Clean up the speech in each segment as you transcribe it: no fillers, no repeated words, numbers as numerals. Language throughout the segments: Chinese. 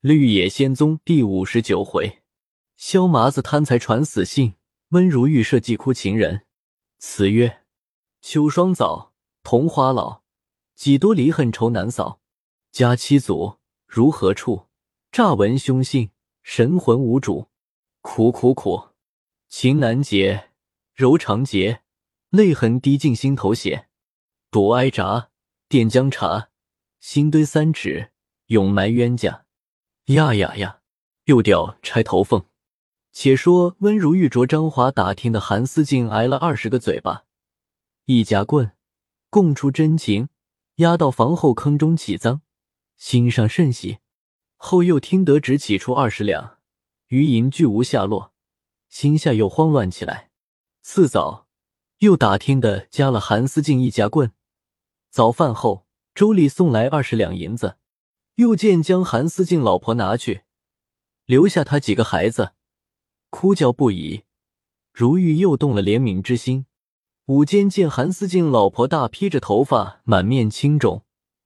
绿野仙踪第59回，萧麻子贪财传死信，温如玉设计哭情人。词曰：秋霜早，桐花老，几多离恨愁难扫。家七祖如何处？乍闻凶信，神魂无主。苦苦苦，情难结，柔肠结，泪痕滴进心头血。躲挨铡，垫姜茶，心堆3尺，永埋冤家。呀呀呀，又掉钗头凤。且说温如玉着张华打听的韩思静挨了20个嘴巴，一夹棍，供出真情，押到房后坑中起赃，心上甚喜。后又听得只起出20两，余银俱无下落，心下又慌乱起来。次早又打听的加了韩思静一夹棍，早饭后周丽送来20两银子，又见将韩思静老婆拿去，留下他几个孩子，哭叫不已。如玉又动了怜悯之心，午间见韩思静老婆大披着头发，满面青肿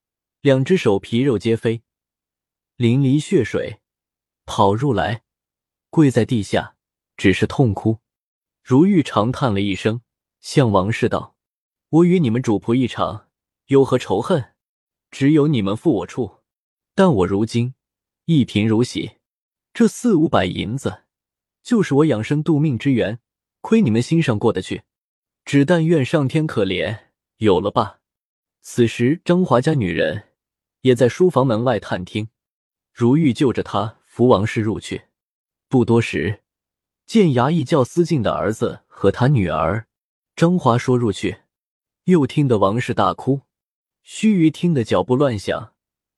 ，2只手皮肉皆飞，淋漓血水，跑入来跪在地下，只是痛哭。如玉长叹了一声，向王氏道：我与你们主仆一场，有何仇恨？只有你们负我处，但我如今一贫如洗，这400-500银子就是我养生度命之源，亏你们心上过得去，只但愿上天可怜，有了吧。此时张华家女人也在书房门外探听，如玉就着他扶王氏入去。不多时，见衙役叫思静的儿子和他女儿。张华说入去，又听得王氏大哭，须臾听得脚步乱响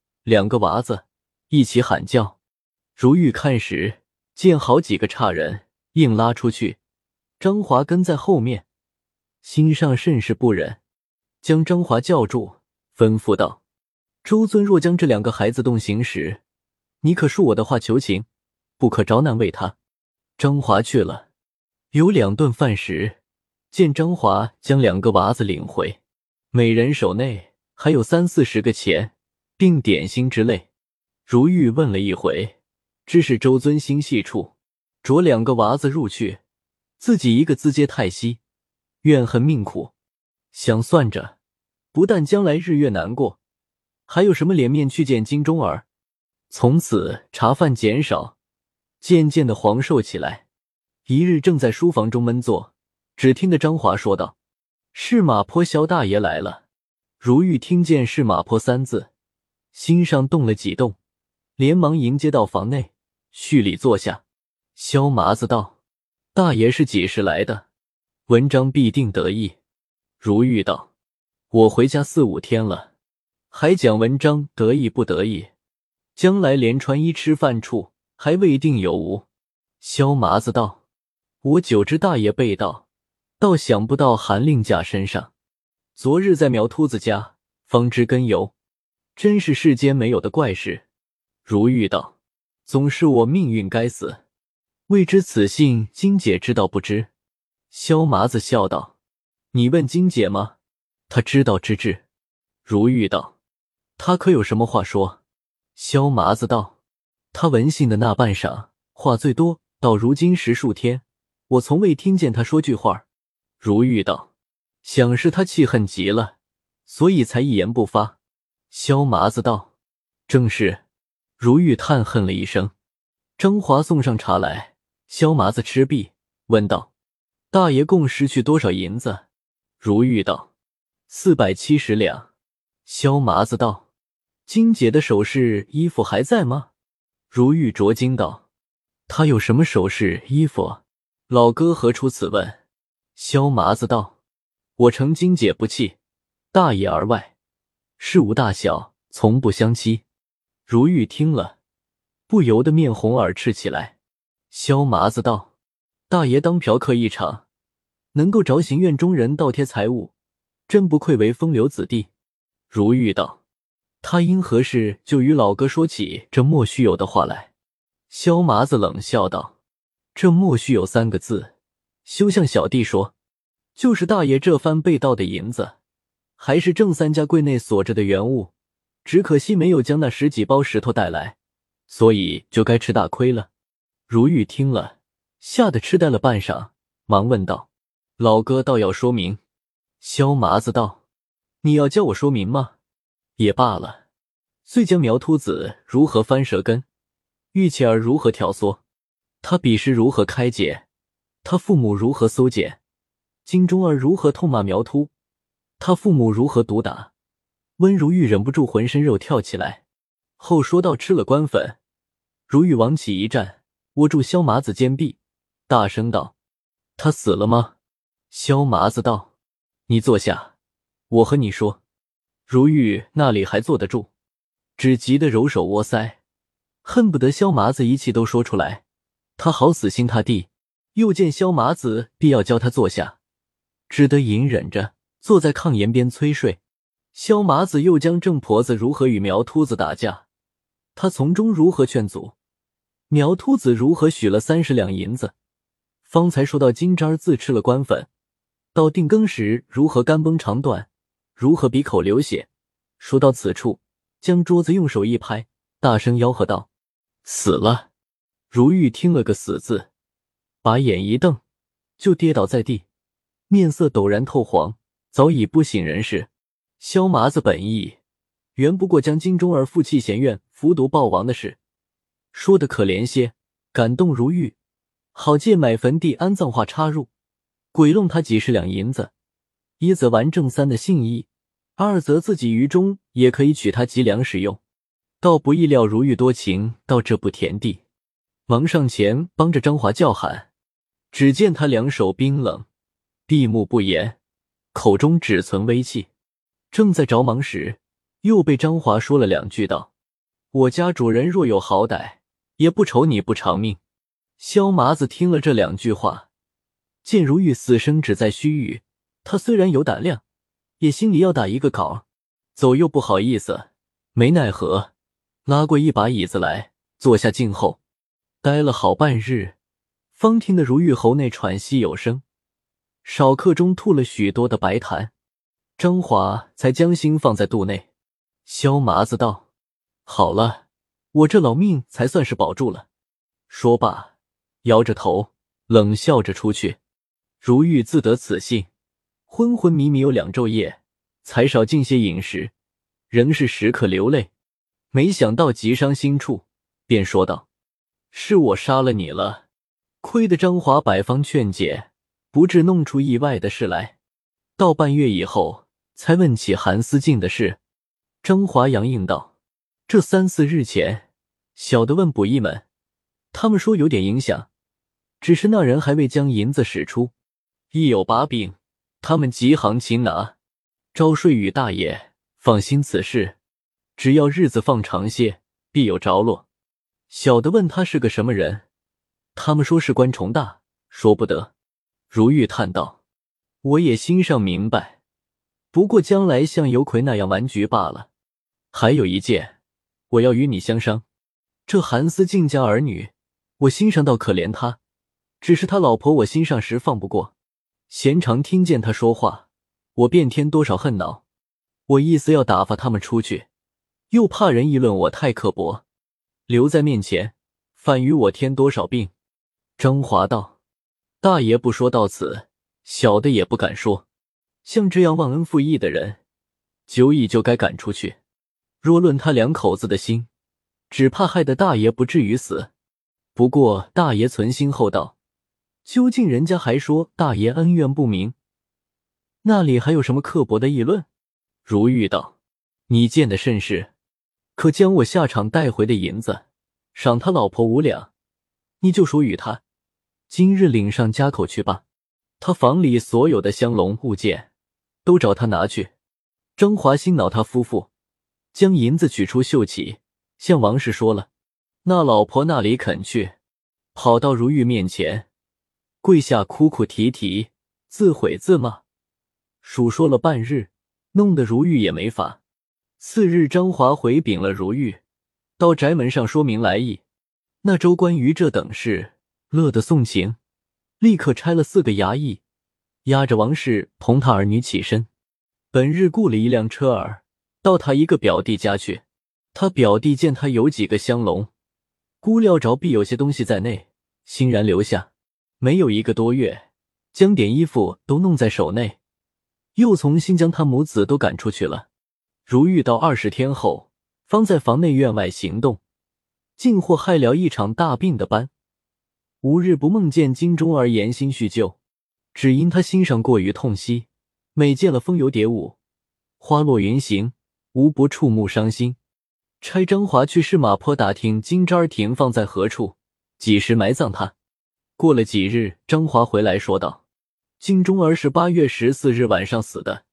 ，2个娃子一起喊叫。如玉看时，见好几个差人硬拉出去，张华跟在后面，心上甚是不忍，将张华叫住，吩咐道：周尊若将这2个孩子动刑时，你可恕我的话求情，不可着难为他。张华去了，有2顿饭时，见张华将2个娃子领回，每人手内还有30-40个钱，并点心之类。如玉问了一回，知是周尊心细处，着2个娃子入去，自己一个资嗟叹息，怨恨命苦。想算着，不但将来日月难过，还有什么脸面去见金钟儿？从此茶饭减少，渐渐的黄瘦起来。一日正在书房中闷坐，只听得张华说道：是马坡萧大爷来了。如玉听见是马坡3字，心上动了几动，连忙迎接到房内，叙礼坐下。萧麻子道：大爷是几时来的？文章必定得意。如玉道：我回家4-5天了，还讲文章得意不得意，将来连穿衣吃饭处还未定有无。萧麻子道：我久知大爷被盗，倒想不到韩令甲身上。昨日在苗秃子家方知根由，真是世间没有的怪事。如玉道：总是我命运该死，未知此信金姐知道不知？萧麻子笑道：你问金姐吗？她知道之至。如玉道：她可有什么话说？萧麻子道：她闻信的那半晌，话最多，到如今10数天，我从未听见她说句话。如玉道：想是她气恨极了，所以才一言不发。萧麻子道：正是。如玉叹恨了一声。张华送上茶来，萧麻子吃毕，问道：大爷共失去多少银子？如玉道：470两。萧麻子道：金姐的首饰衣服还在吗？如玉着惊道：他有什么首饰衣服？老哥何出此问？萧麻子道：我承金姐不弃，大爷而外，事无大小，从不相欺。如玉听了，不由得面红耳赤起来。萧麻子道：大爷当嫖客一场，能够着行院中人倒贴财物，真不愧为风流子弟。如玉道：他因何事就与老哥说起这莫须有的话来？萧麻子冷笑道：这莫须有3个字，休向小弟说，就是大爷这番被盗的银子，还是郑3家柜内锁着的原物，只可惜没有将那10几包石头带来， 所以就该吃大亏了。如玉听了，吓得痴呆了半晌，忙问道：老哥倒要说明。萧麻子道：你要叫我说明吗？也罢了，遂将苗秃子如何翻舌根，玉琪儿如何挑唆，他彼时如何开解，他父母如何搜检，金钟儿如何痛骂苗秃，他父母如何毒打，温如玉忍不住浑身肉跳起来。后说到吃了官粉，如玉往起一站，握住萧麻子肩臂，大声道：他死了吗？萧麻子道：你坐下，我和你说。如玉那里还坐得住，只急得揉手窝腮，恨不得萧麻子一气都说出来，他好死心塌地。又见萧麻子必要教他坐下，只得隐忍着坐在炕沿边催睡。萧麻子又将郑婆子如何与苗秃子打架，他从中如何劝阻，苗秃子如何许了30两银子，方才说到金吒儿自吃了官粉，到定更时如何肝崩肠断，如何鼻口流血。说到此处，将桌子用手一拍，大声吆喝道：死了！如玉听了个死字，把眼一瞪，就跌倒在地，面色陡然透黄，早已不省人事。萧麻子本意原不过将金钟儿负气闲院服毒暴亡的事说得可怜些，感动如玉，好借买坟地安葬话插入，鬼弄他几10两银子，一则完正三的信义，二则自己于中也可以取他几两使用。倒不意料如玉多情到这步田地，忙上前帮着张华叫喊。只见他两手冰冷，闭目不言，口中只存微气。正在着忙时，又被张华说了2句道：我家主人若有好歹，也不愁你不偿命。萧麻子听了这2句话，见如玉死生只在须臾，他虽然有胆量，也心里要打一个稿，走又不好意思，没奈何，拉过一把椅子来，坐下静候。待了好半日，方听得如玉喉内喘息有声，少客中吐了许多的白痰，张华才将心放在肚内。萧麻子道：好了，我这老命才算是保住了。说罢，摇着头冷笑着出去。如玉自得此幸，昏昏迷迷有2昼夜，才少进些饮食，仍是时刻流泪。没想到极伤心处，便说道：是我杀了你了，亏得张华百方劝解，不致弄出意外的事来。到半月以后，才问起韩思静的事。张华阳应道：这3、4日前，小的问卜一门，他们说有点影响，只是那人还未将银子使出，一有把柄，他们急行擒拿。昭睡与大爷放心此事，只要日子放长些，必有着落。小的问他是个什么人，他们说是官重大，说不得。如玉叹道：我也心上明白，不过将来像尤奎那样玩局罢了。还有一件，我要与你相商。这韩思静家儿女，我心上倒可怜他，只是他老婆我心上时放不过。闲常听见他说话，我便添多少恨恼。我意思要打发他们出去，又怕人议论我太刻薄，留在面前，反与我添多少病。张华道：大爷不说到此，小的也不敢说。像这样忘恩负义的人，久已就该赶出去。若论他2口子的心，只怕害得大爷不至于死。不过大爷存心厚道，究竟人家还说大爷恩怨不明，那里还有什么刻薄的议论？如玉道：你见的甚是，可将我下场带回的银子赏他老婆5两，你就说与他今日领上家口去吧。他房里所有的香笼物件都找他拿去。张华心恼他夫妇，将银子取出袖起，向王氏说了。那老婆那里肯去，跑到如玉面前，跪下哭哭啼啼，自悔自骂，数说了半日，弄得如玉也没法。次日张华回禀了如玉，到宅门上说明来意。那州官于这等事乐得送情，立刻差了4个衙役，押着王氏同他儿女起身。本日雇了一辆车儿，到他一个表弟家去。他表弟见他有几个香笼， 估料着必有些东西在内，欣然留下。没有1个多月，将点衣服都弄在手内，又从新将他母子都赶出去了。如遇到20天后，方在房内院外行动，竟或害了一场大病的般，无日不梦见金钟儿言心叙旧，只因他心上过于痛惜，每见了风游蝶舞，花落云行，无不触目伤心。差张华去市马坡打听金吒儿停放在何处，几时埋葬他。过了几日，张华回来说道，金钟儿是8月14日晚上死的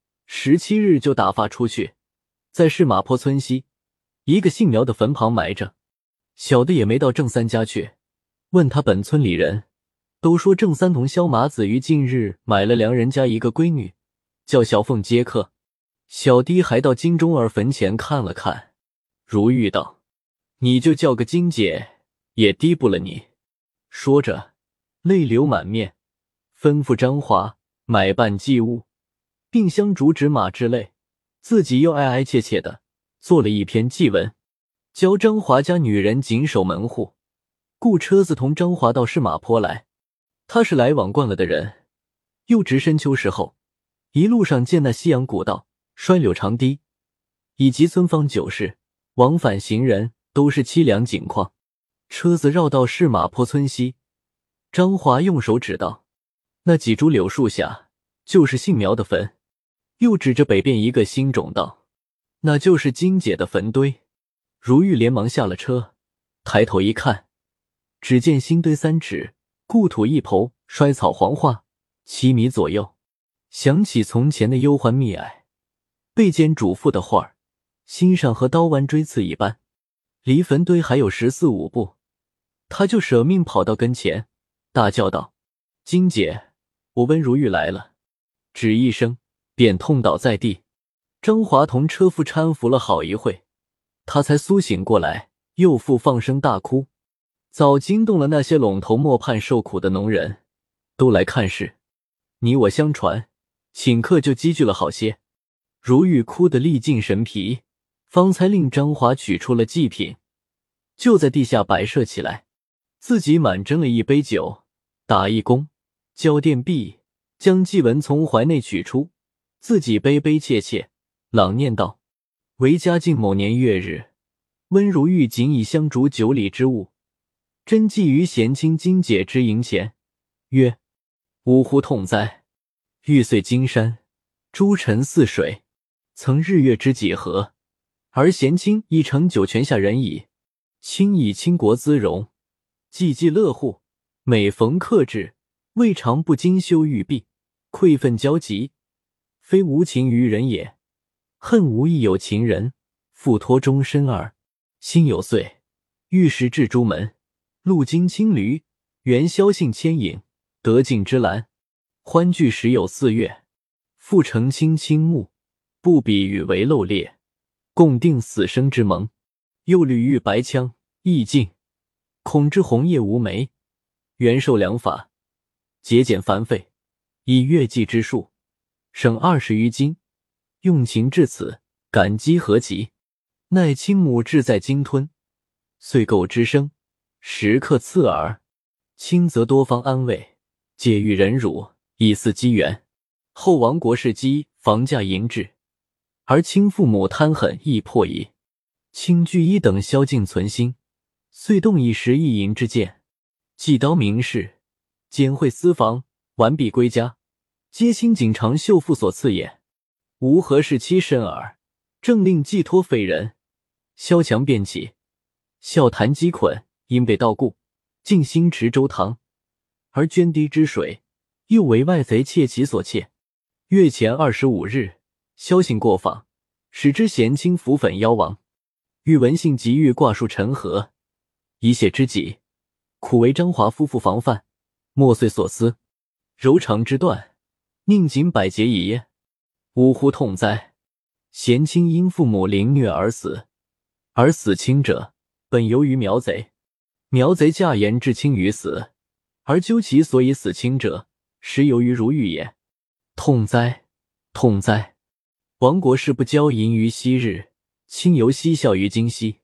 ，17日就打发出去，在市马坡村西一个姓苗的坟旁埋着。小的也没到郑三家去，问他本村里人，都说郑三同萧麻子于近日买了梁人家一个闺女，叫小凤接客。小弟还到金钟儿坟前看了看，如玉道，你就叫个金姐也低不了你。说着泪流满面，吩咐张华买办祭物，并香烛纸马之类，自己又哀哀切切的做了一篇祭文，教张华家女人谨守门户，雇车子同张华到市马坡来。他是来往惯了的人，又值深秋时候，一路上见那西洋古道、衰柳长堤，以及村坊酒市，往返行人都是凄凉景况。车子绕到市马坡村西，张华用手指道，那几株柳树下就是姓苗的坟，又指着北边一个新冢道，那就是金姐的坟堆。如玉连忙下了车，抬头一看，只见新堆3尺，故土一抔，衰草黄化7米左右，想起从前的忧欢蜜爱，背间主妇的画儿，心上和刀剜锥刺一般。离坟堆还有14、15步，他就舍命跑到跟前，大叫道，金姐，我温如玉来了。只一声便痛倒在地。张华同车夫搀扶了好一会，他才苏醒过来，又复放声大哭，早惊动了那些陇头磨畔受苦的农人，都来看事。你我相传，顷刻就积聚了好些。如玉哭得力尽神疲，方才令张华取出了祭品，就在地下摆设起来，自己满斟了一杯酒，打一躬，交奠毕，将祭文从怀内取出，自己悲悲切切朗念道，为嘉靖某年月日，温如玉仅以香烛9里之物，真寄于贤卿金姐之营前，曰，呜呼痛哉！玉碎金山，珠沉似水，曾日月之几何，而贤卿已成九泉下人矣。卿以倾国姿容，济济乐户，每逢客至，未尝不精修玉璧，愧愤交集，非无情于人也。恨无亦有情人，付托终身耳。心有岁，玉石至朱门，路经青驴，元宵幸牵引，得尽之兰。欢聚时有4月，复成卿倾慕，不比与为漏烈，共定死生之盟。又屡遇白枪，意境，恐知红叶无梅，元寿良法，节俭繁费，以月计之数，省20余斤，用情至此，感激何极。奈亲母志在鲸吞，遂构之声，时刻刺耳。亲则多方安慰，解欲忍辱，以似机缘。后亡国事积，房价盈滞，而亲父母贪狠亦迫矣。亲居一等宵禁存心，遂动以10亿银之剑，祭刀明示，简会私房，完毕归家，皆亲景长秀妇所赐也。吾何事妻甚耳，正令寄托匪人，萧墙便起，笑谈击捆，因被盗故，尽星驰周堂，而涓滴之水，又为外贼窃其所窃。月前25日，萧醒过访，使之贤卿扶粉夭亡。欲闻信急欲挂树成河，以血之己，苦为张华夫妇防范，莫遂所思。柔肠之断，宁仅百劫已耶？呜呼痛哉！贤卿因父母凌虐而死，而死亲者本由于苗贼，苗贼驾言致亲于死，而究其所以死亲者，实由于如玉也。痛哉！痛哉！亡国事不交淫于昔日，亲犹嬉笑于今夕。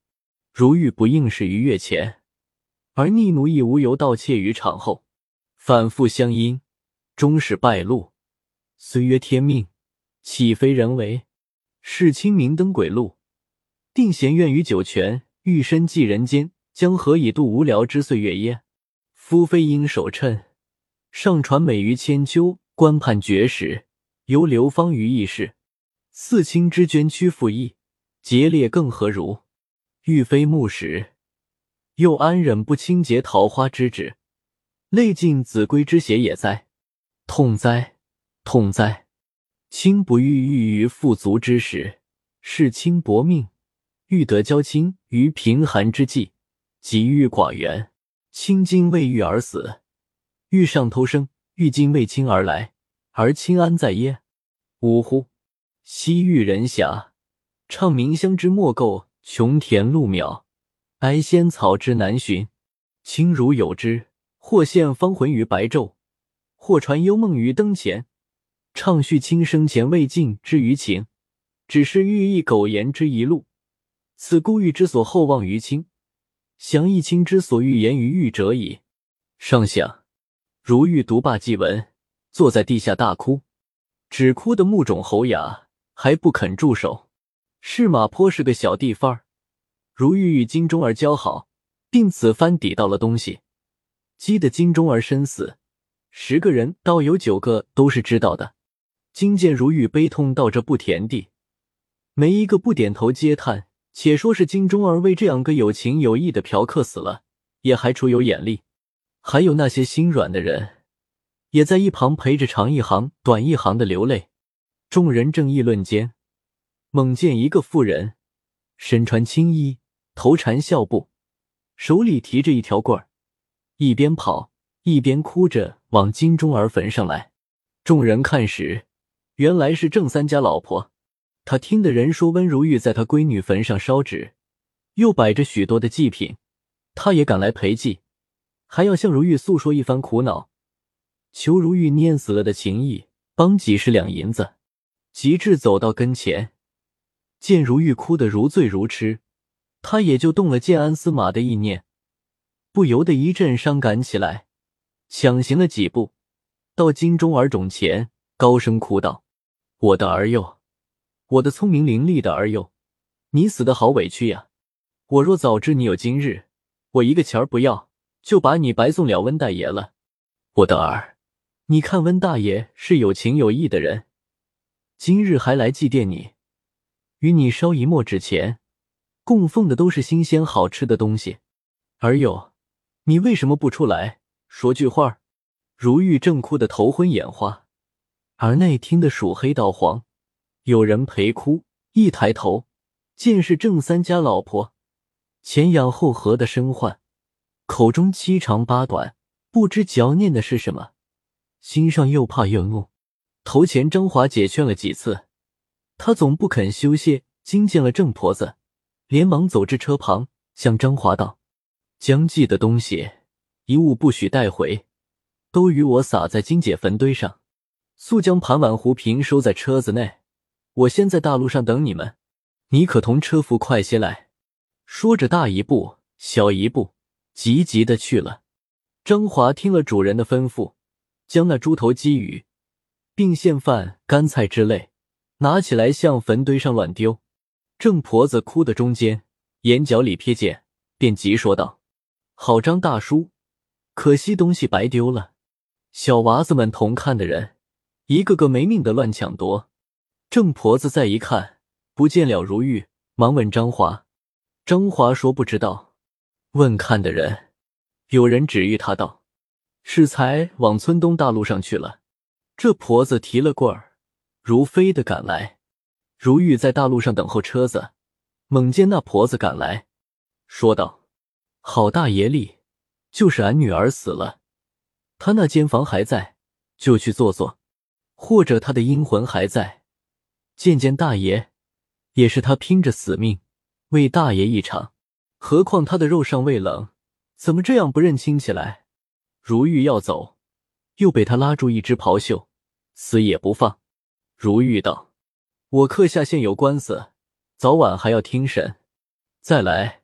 如玉不应是于月前，而逆奴亦无由盗窃于场后，反复相因，终是败露。虽曰天命，岂非人为？世卿明登鬼路，定闲怨于九泉，欲身寄人间，将何以度无聊之岁月耶？夫非应守谶，上传美于千秋，官判绝史，犹流芳于异世。四卿之捐屈复义，节烈更何如？欲非木石，又安忍不清洁桃花之旨，泪尽子规之血也哉！痛哉，痛哉！卿不欲郁于富足之时，视卿薄命；欲得交卿于贫寒之际，即欲寡缘。卿今为欲而死，欲上偷生；欲今为卿而来，而卿安在耶？呜呼！西域人侠，唱冥香之莫构，穷田路渺，哀仙草之难寻。卿如有之，或现芳魂于白昼，或传幽梦于灯前，唱叙卿生前未尽之余情，只是寓意苟言之一路。此故欲之所厚望于卿，详议卿之所欲言于欲者矣。上想，如欲读罢祭文，坐在地下大哭，只哭得目肿喉哑，还不肯住手。是马坡是个小地方儿，如欲与金钟儿交好，并此番抵到了东西，激得金钟儿身死。10个人倒有9个都是知道的。今见如玉悲痛到这步田地，没一个不点头嗟叹。且说是金钟儿为这样个有情有义的嫖客死了，也还处有眼力。还有那些心软的人，也在一旁陪着长一行短一行的流泪。众人正议论间，猛见一个妇人，身穿青衣，头缠孝布，手里提着一条棍儿，一边跑一边哭着往金钟儿坟上来。众人看时，原来是郑三家老婆。他听的人说温如玉在他闺女坟上烧纸，又摆着许多的祭品，他也赶来陪祭，还要向如玉诉说一番苦恼，求如玉念死了的情谊，帮几10两银子。及至走到跟前，见如玉哭得如醉如痴，他也就动了见安司马的意念，不由得一阵伤感起来，抢行了几步，到金钟儿冢前，高声哭道：“我的儿幼，我的聪明伶俐的儿幼，你死得好委屈呀！我若早知你有今日，我一个钱儿不要，就把你白送了温大爷了。我的儿，你看温大爷是有情有义的人，今日还来祭奠你，与你烧一墨纸钱，供奉的都是新鲜好吃的东西。儿幼，你为什么不出来说句话？”如玉正哭得头昏眼花，而内听得鼠黑道黄，有人陪哭，一抬头见是郑三家老婆，前仰后合的身患，口中七长八短，不知嚼念的是什么，心上又怕又怒。头前张华姐劝了几次，他总不肯休歇。今见了郑婆子，连忙走至车旁，向张华道：“将祭的东西一物不许带回，都与我撒在金姐坟堆上，速将盘碗壶瓶收在车子内，我先在大路上等你们，你可同车夫快些来。”说着大一步小一步，急急的去了。张华听了主人的吩咐，将那猪头鸡鱼并现饭干菜之类拿起来向坟堆上乱丢。郑婆子哭的中间，眼角里瞥见，便急说道：“好张大叔，可惜东西白丢了。”小娃子们同看的人，一个个没命的乱抢夺。郑婆子再一看，不见了如玉，忙问张华。张华说不知道。问看的人，有人指喻他道：“是才往村东大路上去了。”这婆子提了棍儿，如飞的赶来。如玉在大路上等候车子，猛见那婆子赶来，说道：“好大爷力，就是俺女儿死了，她那间房还在，就去坐坐；或者她的阴魂还在，见大爷，也是她拼着死命为大爷一场。何况她的肉尚未冷，怎么这样不认亲起来？”如玉要走，又被他拉住一只袍袖，死也不放。如玉道：“我客下现有官司，早晚还要听审。再来，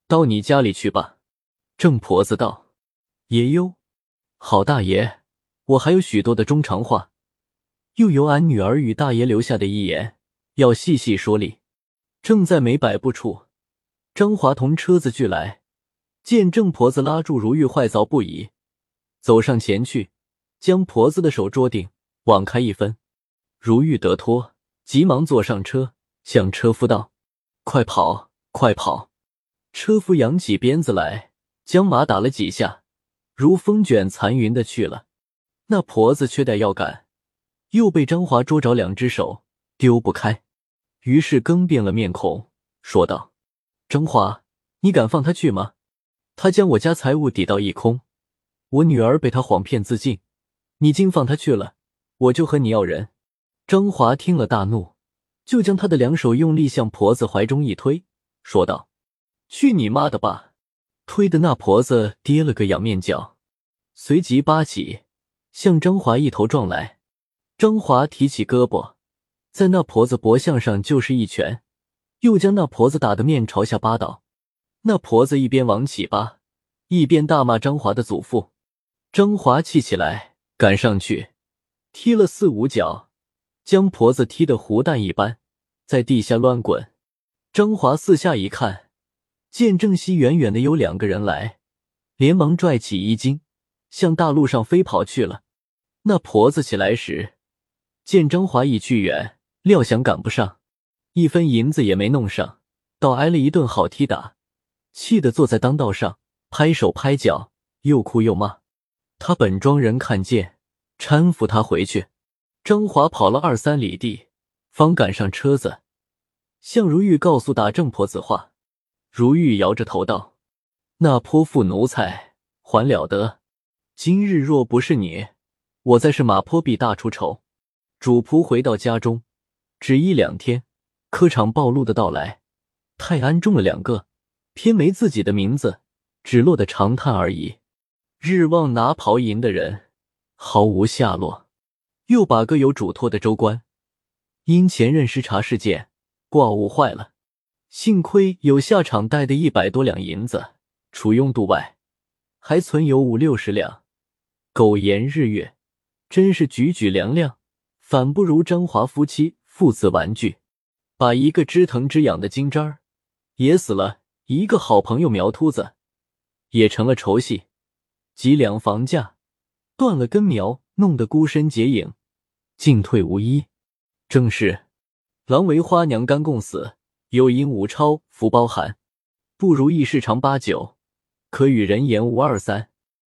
到你家里去吧。郑婆子道：爷哟，好大爷，我还有许多的衷肠话，又有俺女儿与大爷留下的遗言，要细细说理。正在没摆布处，张华同车子俱来，见郑婆子拉住如玉，坏躁不已，走上前去，将婆子的手捉定，往开一分。如玉得脱，急忙坐上车，向车夫道：快跑，快跑！车夫扬起鞭子来，将马打了几下，如风卷残云的去了。那婆子却待要赶，又被张华捉着两只手，丢不开，于是更变了面孔，说道：张华，你敢放他去吗？他将我家财物抵到一空，我女儿被他谎骗自尽，你竟放他去了，我就和你要人。张华听了大怒，就将他的两手用力向婆子怀中一推，说道：去你妈的吧！推的那婆子跌了个仰面脚，随即扒起，向张华一头撞来。张华提起胳膊，在那婆子脖项上就是一拳，又将那婆子打得面朝下扒倒。那婆子一边往起扒，一边大骂张华的祖父。张华气起来，赶上去踢了4、5脚，将婆子踢得糊蛋一般，在地下乱滚。张华四下一看，见正西远远的有2个人来，连忙拽起衣襟，向大路上飞跑去了。那婆子起来时，见张华已去远，料想赶不上，1分银子也没弄上，倒挨了一顿好踢打，气得坐在当道上，拍手拍脚，又哭又骂。他本庄人看见，搀扶他回去。张华跑了2、3里地，方赶上车子，向如玉告诉打郑婆子话。如玉摇着头道：那泼妇奴才还了得，今日若不是你，我再是马坡必大出丑。主仆回到家中，只1、2天，科场暴露的到来，泰安中了2个，偏没自己的名字，只落得长叹而已。日望拿袍银的人毫无下落，又把个有嘱托的州官因前任视察事件挂误坏了，幸亏有下场带的100多两银子，除用度外，还存有50、60两。苟延日月，真是举举粮量，反不如张华夫妻父子玩具。把一个知疼知养的金吒儿也死了，一个好朋友苗秃子也成了仇戏，几两房价断了根苗，弄得孤身解影，进退无依。正是郎为花娘干共死，有因无超福包含，不如意事长8、9，可与人言无2、3。